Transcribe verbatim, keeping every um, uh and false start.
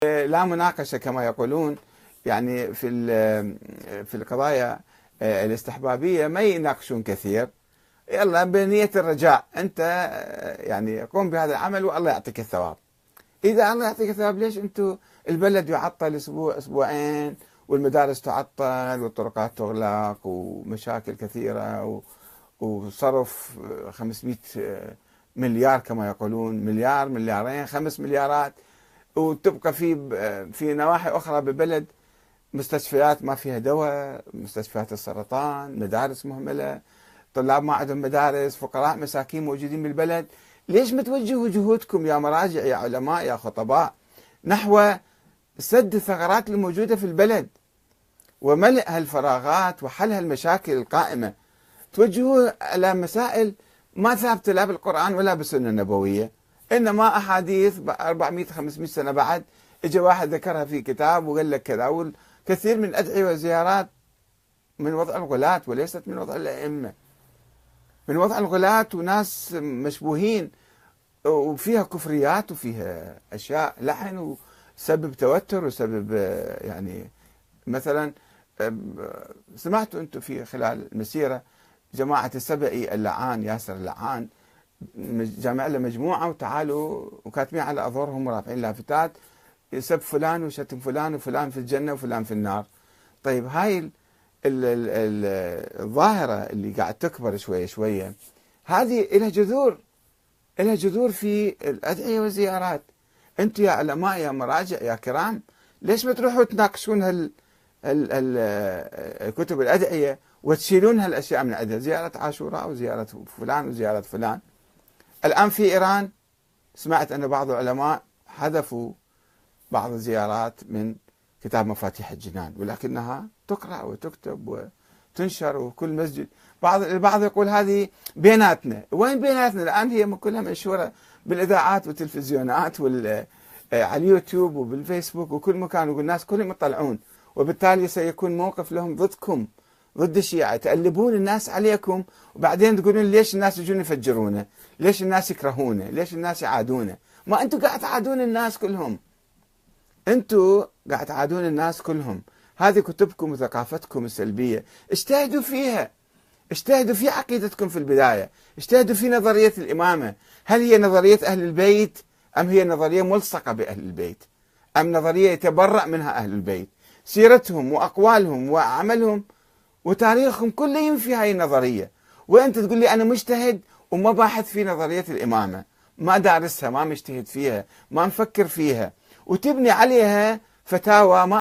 لا مناقشة كما يقولون، يعني في في القضايا الاستحبابية ما يناقشون كثير. يلا بنية الرجاء أنت يعني قم بهذا العمل والله يعطيك الثواب. إذا الله يعطيك الثواب ليش أنتم البلد يعطل أسبوع أسبوعين والمدارس تعطل والطرقات تغلق ومشاكل كثيرة وصرف خمسمئة مليار كما يقولون، مليار مليارين خمس مليارات، وتبقى في في نواحي أخرى ببلد مستشفيات ما فيها دواء، مستشفيات السرطان، مدارس مهملة، طلاب ما عندهم مدارس، فقراء مساكين موجودين بالبلد. ليش ما توجهوا جهودكم يا مراجع يا علماء يا خطباء نحو سد الثغرات الموجودة في البلد وملء هالفراغات وحل هالمشاكل القائمة؟ توجهوا على مسائل ما ثابتة لا بالقرآن ولا بالسنة النبوية، إنما أحاديث أربعمئة خمسمئة سنة بعد إجا واحد ذكرها في كتاب وقال لك كذا. والكثير من الأدعية والزيارات من وضع الغلاة وليست من وضع الأئمة، من وضع الغلاة وناس مشبوهين وفيها كفريات وفيها أشياء لحن وسبب توتر وسبب يعني مثلا سمعتوا أنتم في خلال المسيرة جماعة السبعي اللعان ياسر اللعان جامع له مجموعة وتعالوا وكاتبين على أظهرهم ورافعين لافتات يسب فلان وشتم فلان وفلان في الجنة وفلان في النار. طيب هاي ال ال ال الظاهرة اللي قاعد تكبر شوية شوية هذه لها جذور، لها جذور في الأدعية والزيارات. أنتم يا علماء يا مراجع يا كرام ليش ما تروحوا تناقشون هال الكتب الأدعية وتشيلون هالأشياء من الأدعية، زيارة عاشوراء وزيارة فلان وزيارة فلان. الآن في إيران سمعت أن بعض العلماء حذفوا بعض الزيارات من كتاب مفاتيح الجنان، ولكنها تقرأ وتكتب وتنشر وكل مسجد. بعض البعض يقول هذه بيناتنا. وين بيناتنا؟ الآن هي كلها منشورة بالإذاعات والتلفزيونات وعلى اليوتيوب وبالفيسبوك وكل مكان، والناس كلهم يطلعون، وبالتالي سيكون موقف لهم ضدكم ضد الشيعة، تقلبون الناس عليكم وبعدين تقولون ليش الناس يجون يفجرونه، ليش الناس يكرهونه، ليش الناس يعادونه. ما أنتم قاعد تعادون الناس كلهم، أنتم قاعد تعادون الناس كلهم. هذه كتبكم وثقافتكم السلبية اجتهدوا فيها، اجتهدوا في عقيدتكم في البداية، اجتهدوا في نظرية الإمامة. هل هي نظرية أهل البيت أم هي نظرية ملصقة بأهل البيت أم نظرية يتبرأ منها أهل البيت؟ سيرتهم وأقوالهم وعملهم وتاريخهم كله ينفي هاي النظرية، وأنت تقول لي أنا مجتهد وما باحث في نظرية الإمامة، ما دارسها، ما مجتهد فيها، ما مفكر فيها، وتبني عليها فتاوى ما